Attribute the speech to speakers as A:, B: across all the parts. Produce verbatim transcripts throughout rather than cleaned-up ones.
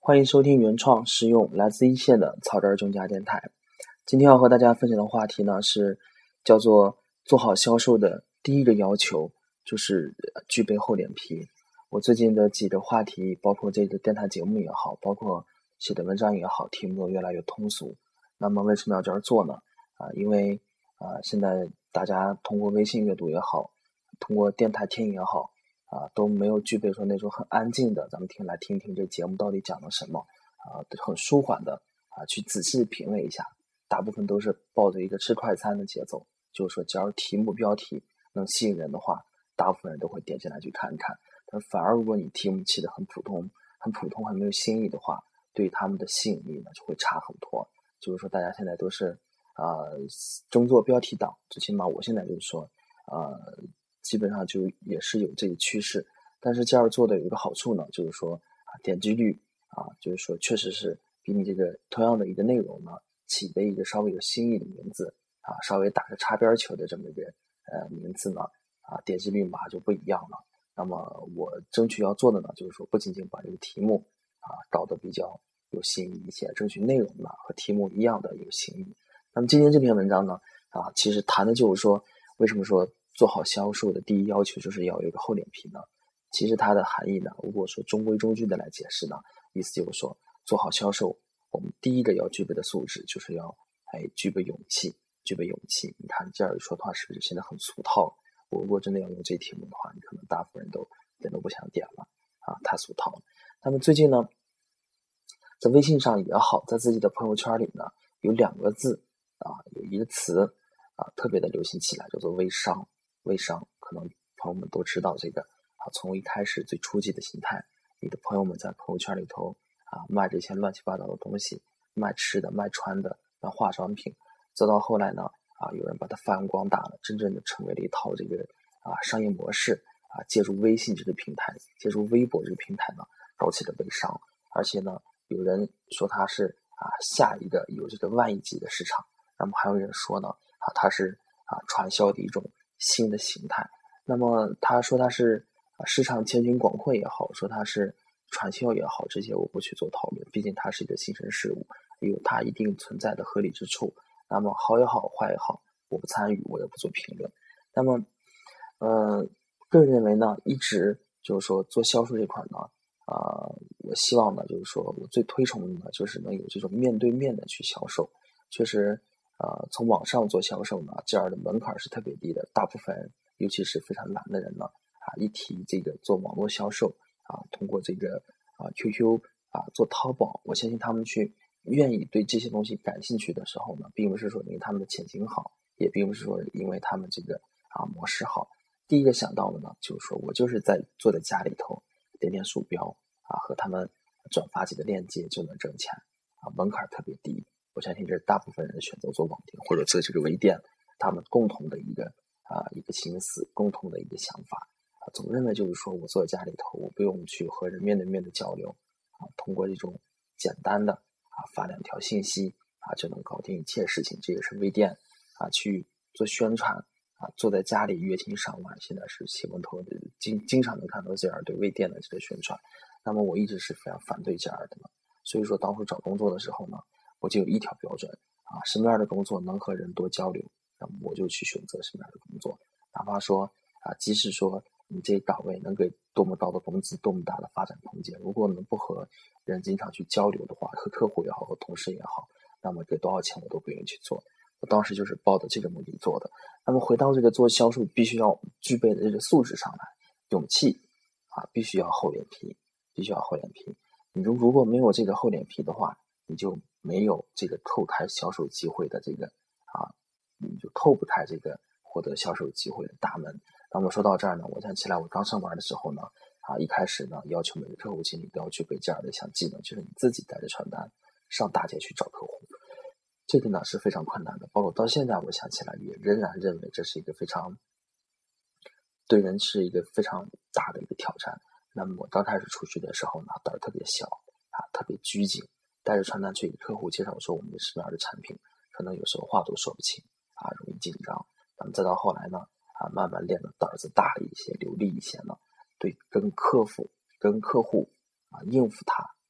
A: 欢迎收听原创实用来自一线的草根中家电台。今天要和大家分享的话题呢是叫做做好销售的第一个要求就是具备厚脸皮。我最近的几个话题，包括这个电台节目也好，包括写的文章也好，题目越来越通俗。那么为什么要这样做呢？啊，因为啊，现在大家通过微信阅读也好，通过电台听也好，啊，都没有具备说那种很安静的，咱们听来听听这节目到底讲了什么，啊，很舒缓的啊，去仔细品味一下。大部分都是抱着一个吃快餐的节奏，就是说，只要题目标题能吸引人的话，大部分人都会点进来去看一看。但反而如果你题目起得很普通、很普通、很没有新意的话，对他们的吸引力呢就会差很多。就是说，大家现在都是啊，争做标题党，最起码我现在就是说，呃。基本上就也是有这个趋势，但是这样做的有一个好处呢，就是说啊，点击率啊，就是说确实是比你这个同样的一个内容呢，起的一个稍微有新意的名字啊，稍微打个擦边球的这么一个呃名字呢，啊，点击率马上就不一样了。那么我争取要做的呢，就是说不仅仅把这个题目啊搞得比较有新意一些，争取内容呢和题目一样的有新意。那么今天这篇文章呢，啊，其实谈的就是说为什么说做好销售的第一要求就是要有一个厚脸皮呢？其实它的含义呢，如果说中规中矩的来解释呢，意思就是说做好销售，我们第一个要具备的素质就是要哎具备勇气，具备勇气。你看这样一说的话，是不是现在很俗套？我如果真的要用这题目的话，你可能大部分人都点都不想点了啊，太俗套了。那么最近呢，在微信上也好，在自己的朋友圈里呢，有两个字啊，有一个词啊，特别的流行起来，叫做微商。微商可能朋友们都知道这个啊，从一开始最初级的形态，你的朋友们在朋友圈里头啊卖这些乱七八糟的东西，卖吃的、卖穿的、卖化妆品，再到后来呢啊，有人把它发扬光大了，真正的成为了一套这个啊商业模式啊，借助微信这个平台，借助微博这个平台呢，搞起了微商，而且呢，有人说它是啊下一个有这个万亿级的市场，那么还有人说呢啊它是啊传销的一种新的形态。那么他说他是啊市场前景广阔也好，说他是传销也好，这些我不去做讨论，毕竟它是一个新生事物，有它一定存在的合理之处。那么好也好，坏也好，我不参与，我也不做评论。那么，呃，个人认为呢，一直就是说做销售这块呢，啊、呃，我希望呢，就是说我最推崇的呢，就是能有这种面对面的去销售。确实，呃，从网上做销售呢，这样的门槛是特别低的。大部分人，尤其是非常懒的人呢，啊，一提这个做网络销售啊，通过这个啊 Q Q 啊做淘宝，我相信他们去愿意对这些东西感兴趣的时候呢，并不是说因为他们的前景好，也并不是说因为他们这个啊模式好。第一个想到的呢，就是说我就是在坐在家里头点点鼠标啊，和他们转发几个链接就能挣钱啊，门槛特别低。我相信这是大部分人选择做网店或者做这个微店，他们共同的一个啊一个心思，共同的一个想法啊，总认为就是说我坐在家里头，我不用去和人面对面的交流啊，通过这种简单的啊发两条信息啊就能搞定一切事情。这也是微店啊去做宣传啊，坐在家里月薪上万，现在是新闻头的经经常能看到这样对微店的这个宣传。那么我一直是非常反对这样的呢，所以说当初找工作的时候呢，我就有一条标准啊，什么样的工作能和人多交流，那么我就去选择什么样的工作。哪怕说啊，即使说你这个岗位能给多么高的工资，多么大的发展空间，如果能不和人经常去交流的话，和客户也好，和同事也好，那么给多少钱我都不愿意去做。我当时就是抱着这个目的做的。那么回到这个做销售必须要具备的这个素质上来，勇气啊，必须要厚脸皮，必须要厚脸皮。你如如果没有这个厚脸皮的话，你就没有这个透开销售机会的这个啊，你就透不开这个获得销售机会的大门。那么说到这儿呢，我想起来我刚上班的时候呢，啊，一开始呢要求每个客户经理都要具备这样的一项技能，就是你自己带着传单上大街去找客户。这个呢是非常困难的，包括到现在我想起来也仍然认为这是一个非常对人是一个非常大的一个挑战。那么我刚开始出去的时候呢，胆儿特别小啊，特别拘谨，带着传单去给客户介绍说我们是什么样的产品，可能有时候话都说不清啊，容易紧张。那么再到后来呢，啊，慢慢练的胆子大了一些，流利一些呢，对，跟客户跟客户啊应付他啊，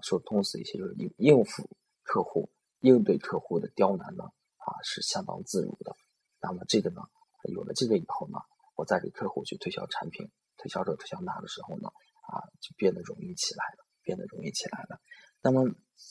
A: 说通俗一些，就是应应付客户、应对客户的刁难呢啊是相当自如的。那么这个呢，有了这个以后呢，我再给客户去推销产品、推销这推销那的时候呢，啊就变得容易起来了，变得容易起来了。那么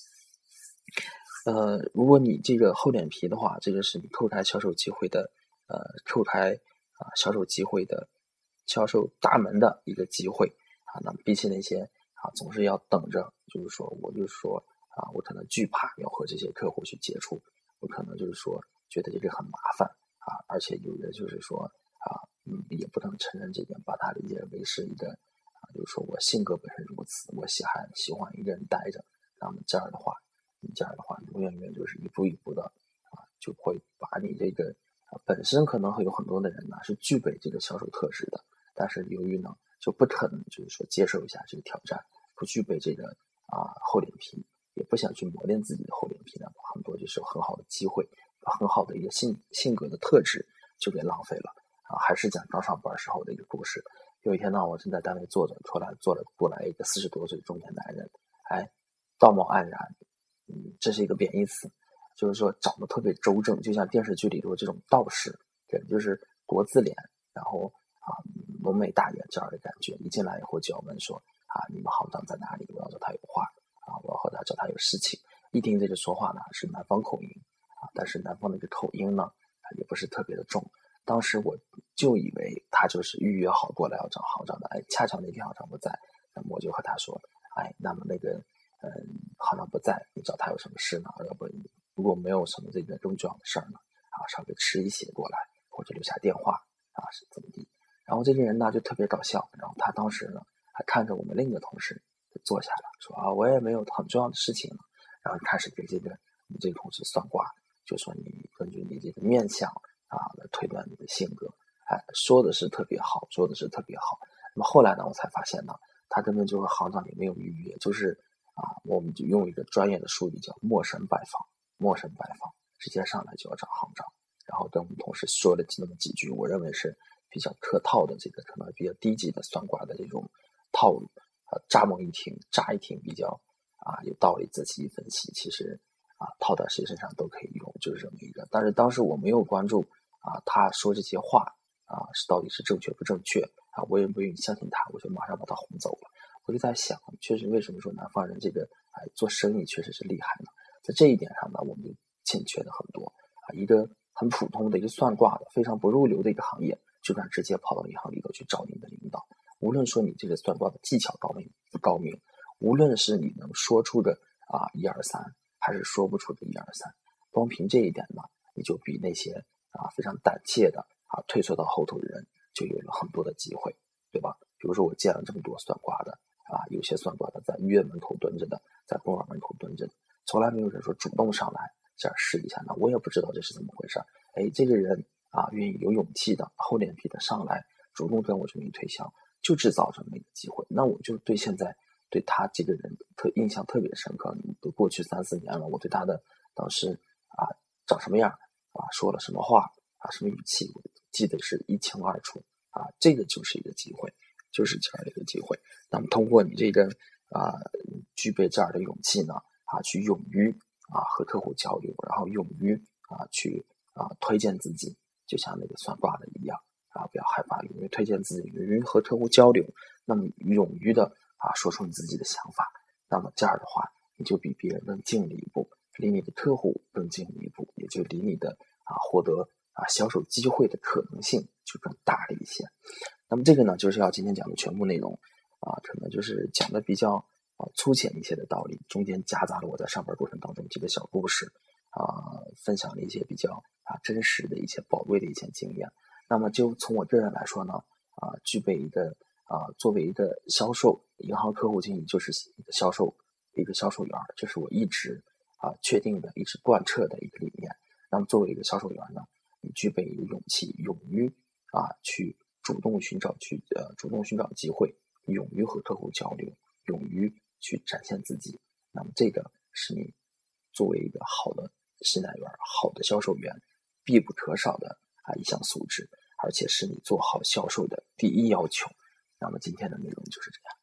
A: 呃，如果你这个厚脸皮的话，这个是你叩开销售机会的，呃，叩开啊销售机会的销售大门的一个机会啊。那么比起那些啊总是要等着，就是说我就是说啊，我可能惧怕要和这些客户去接触，我可能就是说觉得这个很麻烦啊，而且有的就是说啊，嗯，也不能承认这点，把它理解为是一个啊，就是说我性格本身如此，我喜欢喜欢一个人待着，那么这样的话。你这样的话，永远远就是一步一步的啊，就会把你这个、啊、本身可能会有很多的人呢是具备这个销售特质的，但是由于呢就不肯就是说接受一下这个挑战，不具备这个啊厚脸皮，也不想去磨练自己的厚脸皮呢，很多就是有很好的机会，很好的一个性性格的特质就给浪费了啊。还是讲刚上班时候的一个故事。有一天呢，我正在单位坐着，突然坐了过来一个四十多岁的中年男人，哎，道貌岸然。嗯，这是一个贬义词，就是说长得特别周正，就像电视剧里头这种道士，对，就是国字脸，然后啊浓眉大眼这样的感觉。一进来以后就要问说啊，你们行长在哪里？我要找他有话啊，我要和他找他有事情。一听这个说话呢是南方口音啊，但是南方的这个口音呢也不是特别的重。当时我就以为他就是预约好过来要找行长的，哎，恰巧那天行长不在，那么我就和他说，哎，那么那个。嗯，行长不在，你找他有什么事呢？要不如果没有什么这个更重要的事儿呢，啊，稍微迟一些过来，或者留下电话啊，是怎么地？然后这个人呢就特别搞笑，然后他当时呢还看着我们另一个同事就坐下了，说啊，我也没有很重要的事情了，然后开始给这个你这个同事算卦，就说你根据你这个面相啊来推断你的性格，哎，说的是特别好，说的是特别好。那么后来呢，我才发现呢，他根本就和行长也没有预约，就是。啊，我们就用一个专业的术语叫陌生拜访，陌生拜访，直接上来就要找行长，然后跟我们同事说了那么几句，我认为是比较客套的，这个可能比较低级的算卦的这种套路，呃，乍猛一听，乍一听比较啊有道理，仔细一分析，其实啊套到谁身上都可以用，就是这么一个。但是当时我没有关注啊，他说这些话啊是到底是正确不正确啊，我也不愿意相信他，我就马上把他轰走了。我就在想，确实为什么说南方人这个哎做生意确实是厉害呢？在这一点上呢，我们就欠缺的很多啊。一个很普通的一个算卦的非常不入流的一个行业，就敢直接跑到银行里头去找你的领导。无论说你这个算卦的技巧高明不高明，无论是你能说出的啊一二三，还是说不出的一二三，光凭这一点呢，你就比那些啊非常胆怯的啊退缩到后头的人就有了很多的机会，对吧？比如说我见了这么多算卦的。啊，有些算卦的在医院门口蹲着的，在公园门口蹲着的，从来没有人说主动上来这样试一下呢。我也不知道这是怎么回事。哎，这个人啊，愿意有勇气的、厚脸皮的上来，主动跟我这么一推销，就制造这么一个机会。那我就对现在对他这个人特印象特别深刻。都过去三四年了，我对他的当时啊长什么样啊，说了什么话啊，什么语气，我记得是一清二楚啊。这个就是一个机会。就是这样的一个机会，那么通过你这个啊、呃、具备这样的勇气呢啊，去勇于啊和客户交流，然后勇于啊去啊推荐自己，就像那个算卦的一样啊，不要害怕，勇于推荐自己，勇于和客户交流，那么勇于的啊说出你自己的想法，那么这样的话，你就比别人更近了一步，离你的客户更近了一步，也就离你的啊获得啊销售机会的可能性就更大了一些。那么这个呢，就是要今天讲的全部内容啊，可能就是讲的比较啊粗浅一些的道理，中间夹杂了我在上班过程当中几个小故事啊，分享了一些比较啊真实的一些宝贵的一些经验。那么就从我个人来说呢，啊，具备一个啊作为一个销售，银行客户经理就是一个销售一个销售员，这是我一直啊确定的、一直贯彻的一个理念。那么作为一个销售员呢，你具备一个勇气，勇于啊去。主动寻找去呃，主动寻找机会，勇于和客户交流，勇于去展现自己。那么这个是你作为一个好的信贷员、好的销售员必不可少的啊一项素质，而且是你做好销售的第一要求。那么今天的内容就是这样。